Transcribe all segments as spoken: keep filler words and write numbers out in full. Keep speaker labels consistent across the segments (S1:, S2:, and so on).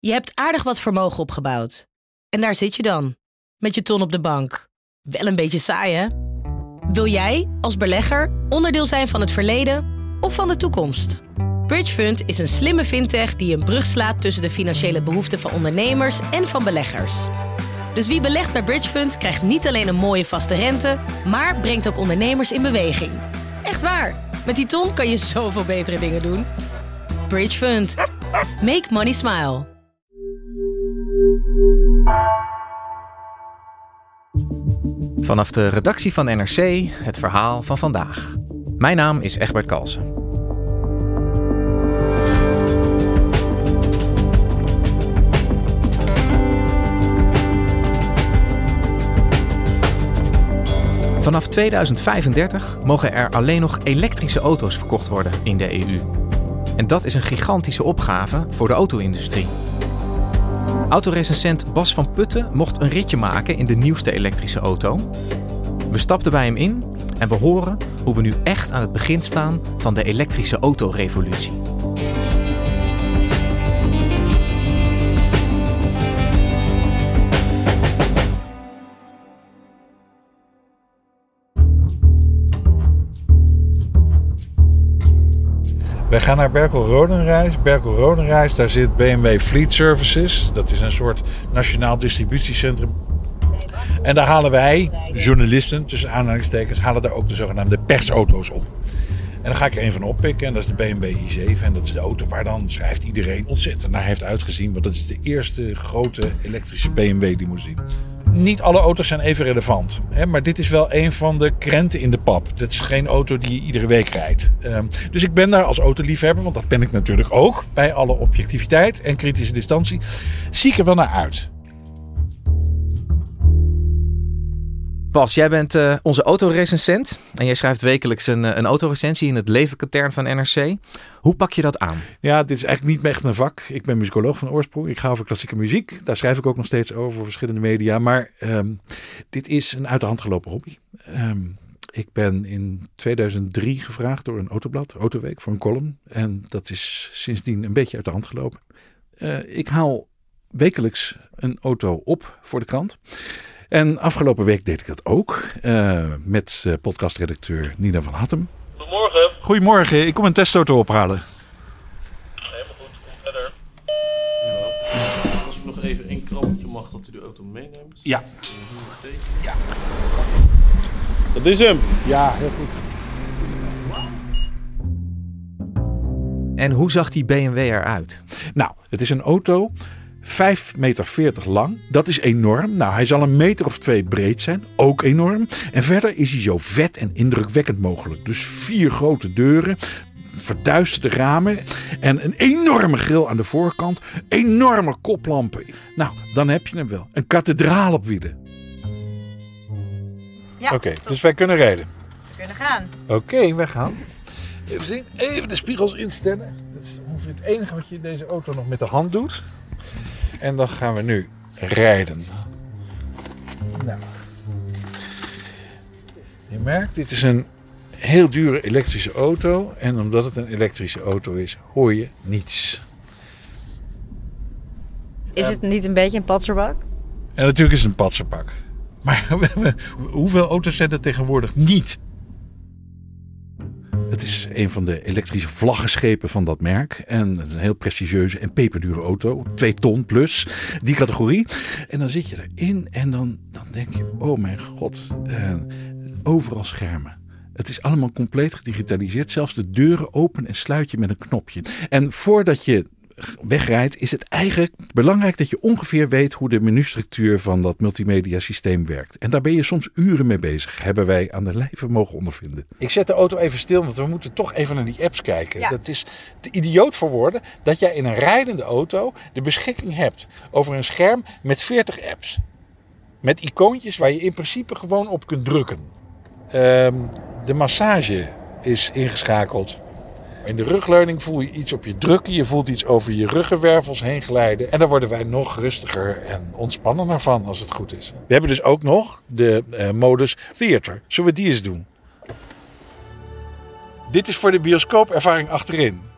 S1: Je hebt aardig wat vermogen opgebouwd. En daar zit je dan, met je ton op de bank. Wel een beetje saai, hè? Wil jij, als belegger, onderdeel zijn van het verleden of van de toekomst? Bridgefund is een slimme fintech die een brug slaat tussen de financiële behoeften van ondernemers en van beleggers. Dus wie belegt bij Bridgefund krijgt niet alleen een mooie vaste rente, maar brengt ook ondernemers in beweging. Echt waar, met die ton kan je zoveel betere dingen doen. Bridgefund. Make money smile.
S2: Vanaf de redactie van N R C, het verhaal van vandaag. Mijn naam is Egbert Kalsen. Vanaf tweeduizend vijfendertig mogen er alleen nog elektrische auto's verkocht worden in de E U. En dat is een gigantische opgave voor de auto-industrie. Autorecensent Bas van Putten mocht een ritje maken in de nieuwste elektrische auto. We stapten bij hem in en we horen hoe we nu echt aan het begin staan van de elektrische autorevolutie.
S3: Wij gaan naar Berkel-Rodenrijs. Berkel-Rodenrijs, daar zit B M W Fleet Services. Dat is een soort nationaal distributiecentrum. En daar halen wij, journalisten, tussen aanhalingstekens, halen daar ook de zogenaamde persauto's op. En dan ga ik er een van oppikken en dat is de B M W i zeven. En dat is de auto waar dan, schrijft iedereen, ontzettend naar heeft uitgezien. Want dat is de eerste grote elektrische B M W limousine. Niet alle auto's zijn even relevant. Hè, maar dit is wel een van de krenten in de pap. Dat is geen auto die je iedere week rijdt. Um, dus ik ben daar als autoliefhebber, want dat ben ik natuurlijk ook. Bij alle objectiviteit en kritische distantie. Zie ik er wel naar uit.
S2: Bas, jij bent uh, onze autorecensent. En jij schrijft wekelijks een, een autorecensie in het levenkatern van N R C. Hoe pak je dat aan?
S3: Ja, dit is eigenlijk niet echt mijn vak. Ik ben muzikoloog van oorsprong. Ik ga over klassieke muziek. Daar schrijf ik ook nog steeds over voor verschillende media. Maar um, dit is een uit de hand gelopen hobby. Um, ik ben in tweeduizend drie gevraagd door een autoblad, Autoweek, voor een column. En dat is sindsdien een beetje uit de hand gelopen. Uh, ik haal wekelijks een auto op voor de krant. En afgelopen week deed ik dat ook uh, met uh, podcastredacteur Nina van Hattem.
S4: Goedemorgen.
S3: Goedemorgen, ik kom een testauto ophalen.
S4: Helemaal goed, kom verder.
S5: Ja. Als ik nog even één krabbeltje mag dat u de auto meeneemt.
S3: Ja. Ja.
S5: Dat is hem.
S3: Ja, heel goed.
S2: En hoe zag die B M W eruit?
S3: Nou, het is een auto vijf meter veertig lang. Dat is enorm. Nou, hij zal een meter of twee breed zijn. Ook enorm. En verder is hij zo vet en indrukwekkend mogelijk. Dus vier grote deuren, verduisterde ramen en een enorme grill aan de voorkant. Enorme koplampen. Nou, dan heb je hem wel. Een kathedraal op wielen.
S6: Ja,
S3: Oké, okay, dus wij kunnen rijden.
S6: We kunnen gaan.
S3: Oké, okay, wij gaan. Even zien. Even de spiegels instellen. Dat is ongeveer het enige wat je in deze auto nog met de hand doet. En dan gaan we nu rijden. Nou. Je merkt, dit is een heel dure elektrische auto. En omdat het een elektrische auto is, hoor je niets.
S6: Is het niet een beetje een patserbak?
S3: En natuurlijk is het een patserbak. Maar hoeveel auto's zijn er tegenwoordig niet? Het is een van de elektrische vlaggenschepen van dat merk. En het is een heel prestigieuze en peperdure auto. Twee ton plus, die categorie. En dan zit je erin en dan, dan denk je, oh mijn god, eh, overal schermen. Het is allemaal compleet gedigitaliseerd. Zelfs de deuren open en sluit je met een knopje. En voordat je wegrijdt, is het eigenlijk belangrijk dat je ongeveer weet hoe de menustructuur van dat multimedia systeem werkt. En daar ben je soms uren mee bezig, hebben wij aan de lijve mogen ondervinden. Ik zet de auto even stil, want we moeten toch even naar die apps kijken.
S6: Ja.
S3: Dat is te idioot voor woorden dat jij in een rijdende auto de beschikking hebt over een scherm met veertig apps. Met icoontjes waar je in principe gewoon op kunt drukken. Um, de massage is ingeschakeld. In de rugleuning voel je iets op je drukken. Je voelt iets over je ruggenwervels heen glijden. En daar worden wij nog rustiger en ontspannender van als het goed is. We hebben dus ook nog de uh, modus theater. Zullen we die eens doen? Dit is voor de bioscoopervaring achterin.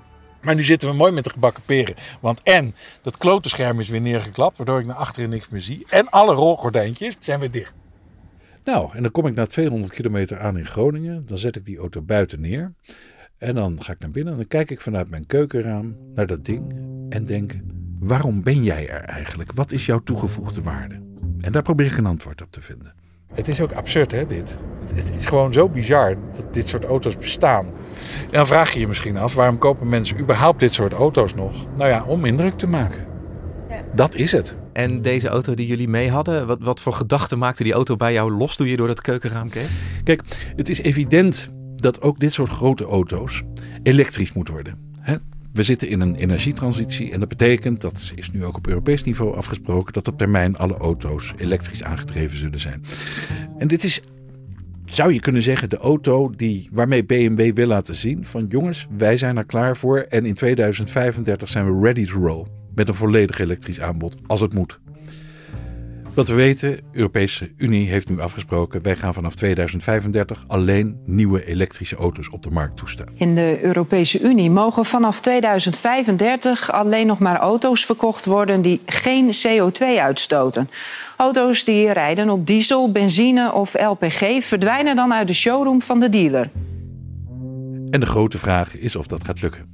S3: Maar nu zitten we mooi met de gebakken peren. Want en dat klote scherm is weer neergeklapt, waardoor ik naar achteren niks meer zie. En alle rolgordijntjes zijn weer dicht. Nou, en dan kom ik na tweehonderd kilometer aan in Groningen. Dan zet ik die auto buiten neer. En dan ga ik naar binnen en dan kijk ik vanuit mijn keukenraam naar dat ding. En denk, waarom ben jij er eigenlijk? Wat is jouw toegevoegde waarde? En daar probeer ik een antwoord op te vinden. Het is ook absurd, hè, dit. Het is gewoon zo bizar dat dit soort auto's bestaan. En dan vraag je je misschien af, waarom kopen mensen überhaupt dit soort auto's nog? Nou ja, om indruk te maken. Ja. Dat is het.
S2: En deze auto die jullie mee hadden, wat, wat voor gedachten maakte die auto bij jou los toen je door dat keukenraam keek?
S3: Kijk, het is evident dat ook dit soort grote auto's elektrisch moet worden. Hè? We zitten in een energietransitie en dat betekent, dat is nu ook op Europees niveau afgesproken, dat op termijn alle auto's elektrisch aangedreven zullen zijn. En dit is, zou je kunnen zeggen, de auto die, waarmee B M W wil laten zien van jongens, wij zijn er klaar voor en in tweeduizend vijfendertig zijn we ready to roll met een volledig elektrisch aanbod als het moet. Wat we weten, de Europese Unie heeft nu afgesproken, wij gaan vanaf tweeduizend vijfendertig alleen nieuwe elektrische auto's op de markt toestaan.
S7: In de Europese Unie mogen vanaf tweeduizend vijfendertig alleen nog maar auto's verkocht worden die geen C O twee uitstoten. Auto's die rijden op diesel, benzine of L P G verdwijnen dan uit de showroom van de dealer.
S3: En de grote vraag is of dat gaat lukken.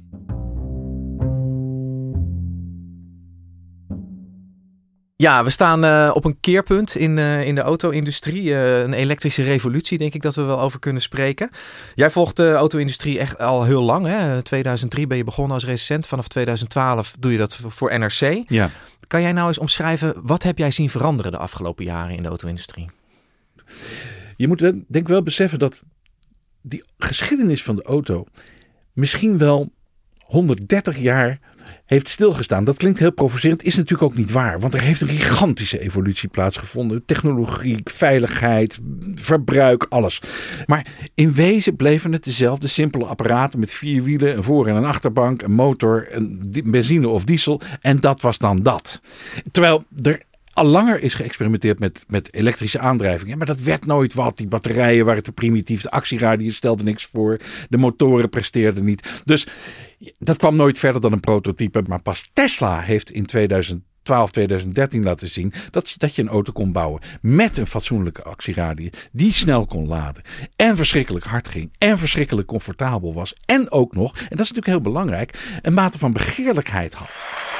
S2: Ja, we staan uh, op een keerpunt in, uh, in de auto-industrie. Uh, een elektrische revolutie, denk ik dat we wel over kunnen spreken. Jij volgt de auto-industrie echt al heel lang. Hè? tweeduizend drie ben je begonnen als recensent. Vanaf tweeduizend twaalf doe je dat voor N R C.
S3: Ja.
S2: Kan jij nou eens omschrijven, wat heb jij zien veranderen de afgelopen jaren in de auto-industrie?
S3: Je moet denk ik wel beseffen dat die geschiedenis van de auto misschien wel honderddertig jaar heeft stilgestaan. Dat klinkt heel provocerend, is natuurlijk ook niet waar. Want er heeft een gigantische evolutie plaatsgevonden. Technologie, veiligheid, verbruik, alles. Maar in wezen bleven het dezelfde simpele apparaten met vier wielen, een voor- en een achterbank, een motor, een benzine of diesel. En dat was dan dat. Terwijl er al langer is geëxperimenteerd met, met elektrische aandrijving. Ja, maar dat werd nooit wat. Die batterijen waren te primitief. De actieradius stelde niks voor. De motoren presteerden niet. Dus dat kwam nooit verder dan een prototype. Maar pas Tesla heeft in tweeduizend twaalf, tweeduizend dertien laten zien dat, dat je een auto kon bouwen met een fatsoenlijke actieradius. Die snel kon laden. En verschrikkelijk hard ging. En verschrikkelijk comfortabel was. En ook nog, en dat is natuurlijk heel belangrijk, een mate van begeerlijkheid had.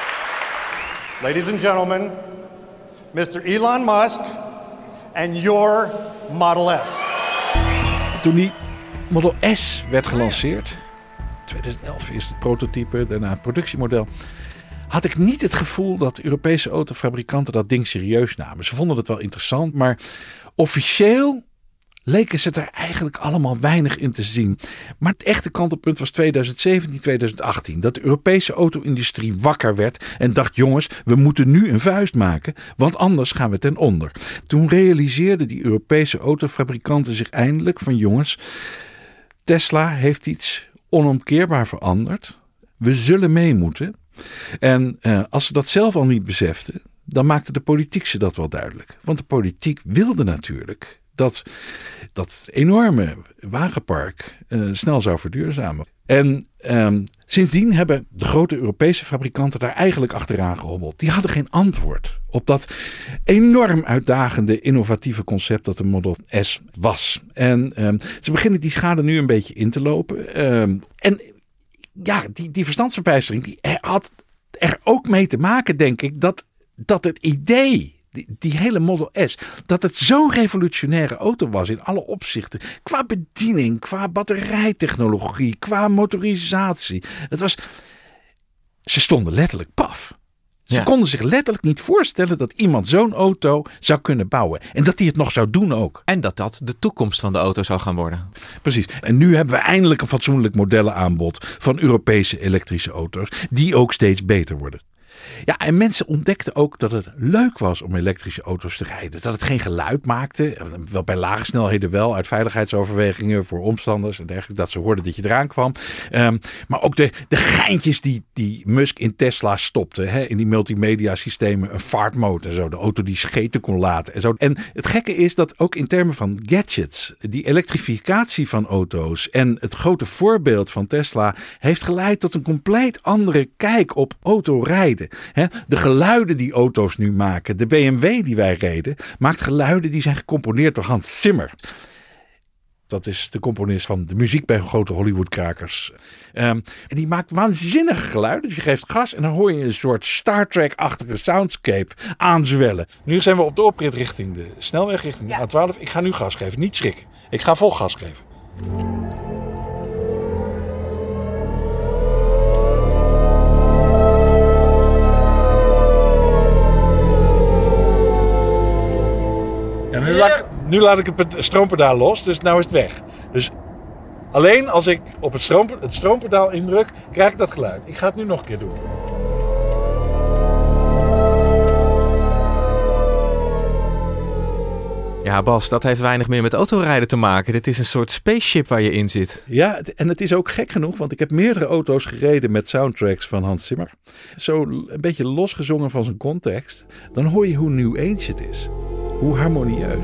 S8: Ladies and gentlemen, mister Elon Musk and your Model S.
S3: Toen die Model S werd gelanceerd, tweeduizend elf is het prototype, daarna het productiemodel, had ik niet het gevoel dat Europese autofabrikanten dat ding serieus namen. Ze vonden het wel interessant, maar officieel leken ze er eigenlijk allemaal weinig in te zien. Maar het echte kantelpunt was tweeduizend zeventien, tweeduizend achttien. Dat de Europese auto-industrie wakker werd en dacht, jongens, we moeten nu een vuist maken, want anders gaan we ten onder. Toen realiseerden die Europese autofabrikanten zich eindelijk van, jongens, Tesla heeft iets onomkeerbaar veranderd. We zullen mee moeten. En uh, als ze dat zelf al niet beseften, dan maakte de politiek ze dat wel duidelijk. Want de politiek wilde natuurlijk dat dat enorme wagenpark uh, snel zou verduurzamen. En um, sindsdien hebben de grote Europese fabrikanten daar eigenlijk achteraan gehobbeld. Die hadden geen antwoord op dat enorm uitdagende, innovatieve concept dat de Model S was. En um, ze beginnen die schade nu een beetje in te lopen. Um, en ja, die, die verstandsverbijstering die had er ook mee te maken, denk ik, dat, dat het idee, die, die hele Model S, dat het zo'n revolutionaire auto was in alle opzichten. Qua bediening, qua batterijtechnologie, qua motorisatie. Het was, ze stonden letterlijk paf. Ze ja. konden zich letterlijk niet voorstellen dat iemand zo'n auto zou kunnen bouwen. En dat hij het nog zou doen ook.
S2: En dat dat de toekomst van de auto zou gaan worden.
S3: Precies. En nu hebben we eindelijk een fatsoenlijk modellenaanbod van Europese elektrische auto's. Die ook steeds beter worden.
S9: Ja, en mensen ontdekten ook dat het leuk was om elektrische auto's te rijden. Dat het geen geluid maakte. Wel bij lage snelheden wel, uit veiligheidsoverwegingen voor omstanders en dergelijke. Dat ze hoorden dat je eraan kwam. Um, maar ook de, de geintjes die, die Musk in Tesla stopte. Hè, in die multimedia systemen. Een vaartmode en zo. De auto die scheten kon laten en zo. En het gekke is dat ook in termen van gadgets. Die elektrificatie van auto's en het grote voorbeeld van Tesla heeft geleid tot een compleet andere kijk op autorijden. He, de geluiden die auto's nu maken, de B M W die wij reden, maakt geluiden die zijn gecomponeerd door Hans Zimmer. Dat is de componist van de muziek bij grote Hollywood-krakers. Um, en die maakt waanzinnige geluiden. Dus je geeft gas en dan hoor je een soort Star Trek-achtige soundscape aanzwellen. Nu zijn we op de oprit richting de snelweg, richting de A twaalf. Ik ga nu gas geven, niet schrikken. Ik ga vol gas geven. En nu, laat ik, nu laat ik het stroompedaal los, dus nou is het weg. Dus alleen als ik op het, stroom, het stroompedaal indruk, krijg ik dat geluid. Ik ga het nu nog een keer doen.
S2: Ja, Bas, dat heeft weinig meer met autorijden te maken. Dit is een soort spaceship waar je in zit.
S9: Ja, en het is ook gek genoeg, want ik heb meerdere auto's gereden met soundtracks van Hans Zimmer. Zo een beetje losgezongen van zijn context. Dan hoor je hoe New Age het is. Hoe harmonieus.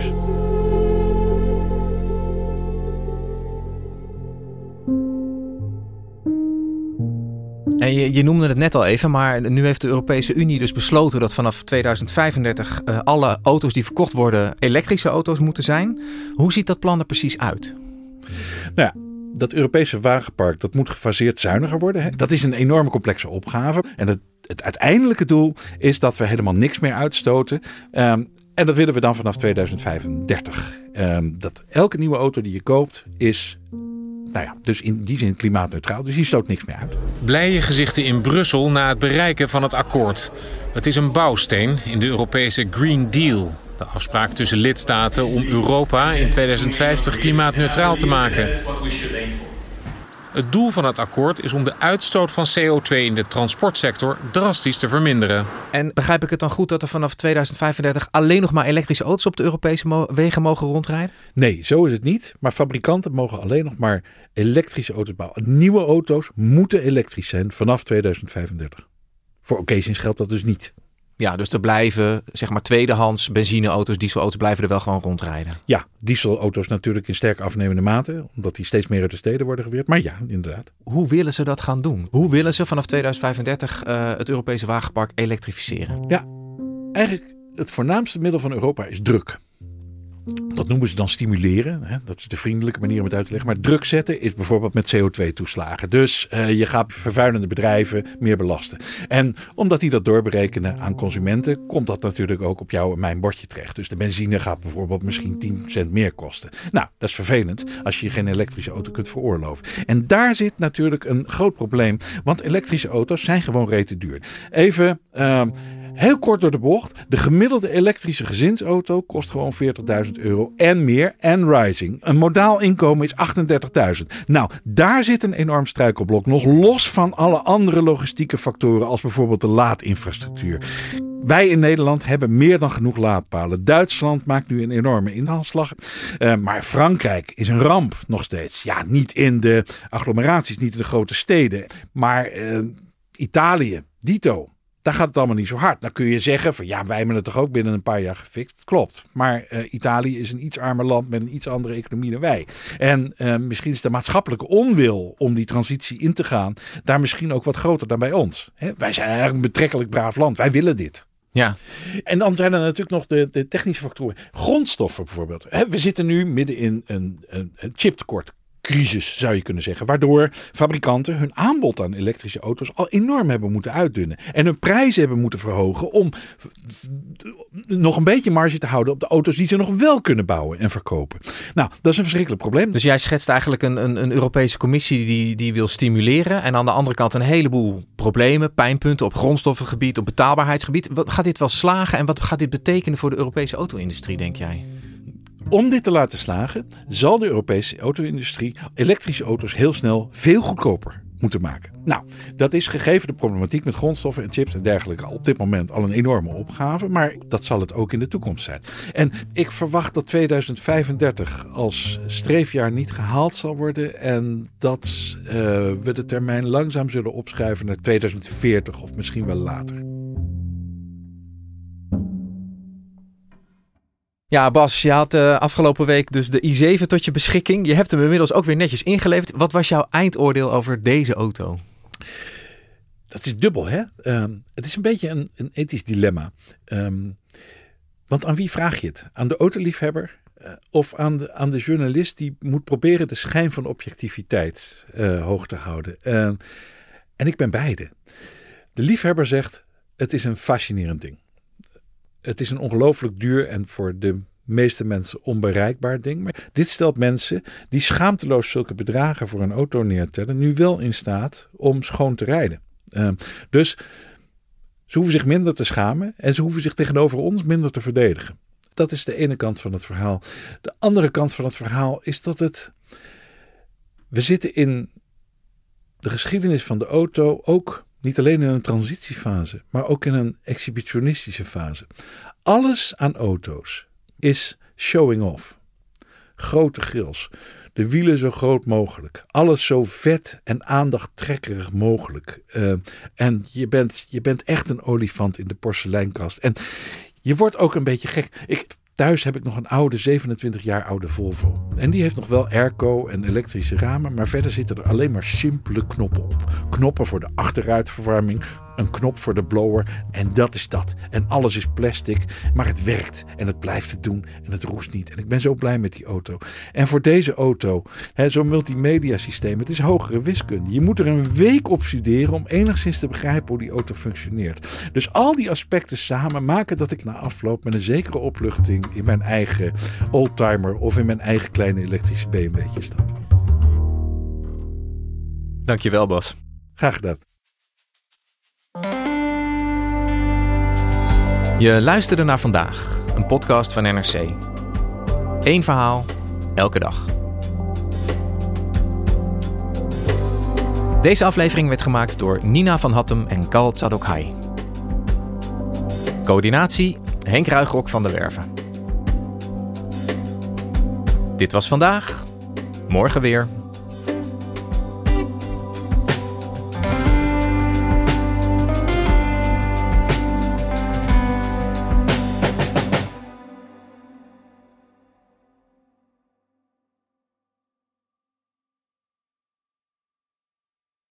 S2: En je, je noemde het net al even, maar nu heeft de Europese Unie dus besloten dat vanaf tweeduizend vijfendertig uh, alle auto's die verkocht worden elektrische auto's moeten zijn. Hoe ziet dat plan er precies uit?
S9: Nou ja, dat Europese wagenpark dat moet gefaseerd zuiniger worden. Hè? Dat is een enorme complexe opgave. En het, het uiteindelijke doel is dat we helemaal niks meer uitstoten. Um, En dat willen we dan vanaf tweeduizend vijfendertig. Um, dat elke nieuwe auto die je koopt is, nou ja, dus in die zin klimaatneutraal. Dus die stoot niks meer uit.
S10: Blije gezichten in Brussel na het bereiken van het akkoord. Het is een bouwsteen in de Europese Green Deal. De afspraak tussen lidstaten om Europa in tweeduizend vijftig klimaatneutraal te maken. Het doel van het akkoord is om de uitstoot van C O twee in de transportsector drastisch te verminderen.
S2: En begrijp ik het dan goed dat er vanaf tweeduizend vijfendertig alleen nog maar elektrische auto's op de Europese mo- wegen mogen rondrijden?
S9: Nee, zo is het niet. Maar fabrikanten mogen alleen nog maar elektrische auto's bouwen. Nieuwe auto's moeten elektrisch zijn vanaf tweeduizend vijfendertig. Voor occasions geldt dat dus niet.
S2: Ja, dus er blijven zeg maar tweedehands benzineauto's, dieselauto's blijven er wel gewoon rondrijden.
S9: Ja, dieselauto's natuurlijk in sterk afnemende mate, omdat die steeds meer uit de steden worden geweerd. Maar ja, inderdaad.
S2: Hoe willen ze dat gaan doen? Hoe willen ze vanaf tweeduizend vijfendertig uh, het Europese wagenpark elektrificeren?
S9: Ja, eigenlijk het voornaamste middel van Europa is druk. Dat noemen ze dan stimuleren. Hè? Dat is de vriendelijke manier om het uit te leggen. Maar druk zetten is bijvoorbeeld met C O twee toeslagen. Dus uh, je gaat vervuilende bedrijven meer belasten. En omdat die dat doorberekenen aan consumenten, komt dat natuurlijk ook op jouw en mijn bordje terecht. Dus de benzine gaat bijvoorbeeld misschien tien cent meer kosten. Nou, dat is vervelend als je geen elektrische auto kunt veroorloven. En daar zit natuurlijk een groot probleem. Want elektrische auto's zijn gewoon rete duur. Even... Uh, Heel kort door de bocht. De gemiddelde elektrische gezinsauto kost gewoon veertigduizend euro en meer en rising. Een modaal inkomen is achtendertigduizend. Nou, daar zit een enorm struikelblok. Nog los van alle andere logistieke factoren als bijvoorbeeld de laadinfrastructuur. Wij in Nederland hebben meer dan genoeg laadpalen. Duitsland maakt nu een enorme inhaalslag. Uh, maar Frankrijk is een ramp nog steeds. Ja, niet in de agglomeraties, niet in de grote steden. Maar uh, Italië, dito. Daar gaat het allemaal niet zo hard. Dan kun je zeggen van ja, wij hebben het toch ook binnen een paar jaar gefixt. Klopt. Maar uh, Italië is een iets armer land met een iets andere economie dan wij. En uh, misschien is de maatschappelijke onwil om die transitie in te gaan daar misschien ook wat groter dan bij ons. Hè? Wij zijn eigenlijk een betrekkelijk braaf land. Wij willen dit.
S2: Ja.
S9: En dan zijn er natuurlijk nog de, de technische factoren. Grondstoffen bijvoorbeeld. Hè? We zitten nu midden in een, een, een chiptekort. Crisis zou je kunnen zeggen. Waardoor fabrikanten hun aanbod aan elektrische auto's al enorm hebben moeten uitdunnen. En hun prijzen hebben moeten verhogen om nog een beetje marge te houden op de auto's die ze nog wel kunnen bouwen en verkopen. Nou, dat is een verschrikkelijk probleem.
S2: Dus jij schetst eigenlijk een, een, een Europese commissie die, die wil stimuleren. En aan de andere kant een heleboel problemen, pijnpunten op grondstoffengebied, op betaalbaarheidsgebied. Wat gaat dit wel slagen en wat gaat dit betekenen voor de Europese auto-industrie, denk jij?
S9: Om dit te laten slagen, zal de Europese auto-industrie elektrische auto's heel snel veel goedkoper moeten maken. Nou, dat is gegeven de problematiek met grondstoffen en chips en dergelijke op dit moment al een enorme opgave, maar dat zal het ook in de toekomst zijn. En ik verwacht dat tweeduizend vijfendertig als streefjaar niet gehaald zal worden en dat uh, we de termijn langzaam zullen opschuiven naar tweeduizend veertig of misschien wel later.
S2: Ja, Bas, je had uh, afgelopen week dus de i zeven tot je beschikking. Je hebt hem inmiddels ook weer netjes ingeleverd. Wat was jouw eindoordeel over deze auto?
S9: Dat is dubbel, hè? Um, het is een beetje een, een ethisch dilemma. Um, want aan wie vraag je het? Aan de autoliefhebber uh, of aan de, aan de journalist die moet proberen de schijn van objectiviteit uh, hoog te houden? Uh, en ik ben beide. De liefhebber zegt, het is een fascinerend ding. Het is een ongelooflijk duur en voor de meeste mensen onbereikbaar ding. Maar dit stelt mensen die schaamteloos zulke bedragen voor een auto neertellen nu wel in staat om schoon te rijden. Uh, dus ze hoeven zich minder te schamen en ze hoeven zich tegenover ons minder te verdedigen. Dat is de ene kant van het verhaal. De andere kant van het verhaal is dat het... We zitten in de geschiedenis van de auto ook niet alleen in een transitiefase, maar ook in een exhibitionistische fase. Alles aan auto's is showing off. Grote grils. De wielen zo groot mogelijk. Alles zo vet en aandachttrekkerig mogelijk. Uh, en je bent, je bent echt een olifant in de porseleinkast. En je wordt ook een beetje gek. Ik, thuis heb ik nog een oude, zevenentwintig jaar oude Volvo. En die heeft nog wel airco en elektrische ramen. Maar verder zitten er alleen maar simpele knoppen op. Knoppen voor de achteruitverwarming. Een knop voor de blower en dat is dat. En alles is plastic, maar het werkt. En het blijft het doen en het roest niet. En ik ben zo blij met die auto. En voor deze auto, hè, zo'n multimedia systeem, het is hogere wiskunde. Je moet er een week op studeren om enigszins te begrijpen hoe die auto functioneert. Dus al die aspecten samen maken dat ik na afloop met een zekere opluchting in mijn eigen oldtimer of in mijn eigen kleine elektrische B M W'tje stap.
S2: Dankjewel, Bas.
S9: Graag gedaan.
S2: Je luisterde naar Vandaag, een podcast van N R C. Eén verhaal, elke dag. Deze aflevering werd gemaakt door Nina van Hattem en Kal Tsadokhai. Coördinatie Henk Ruigrok van der Werven. Dit was Vandaag, morgen weer.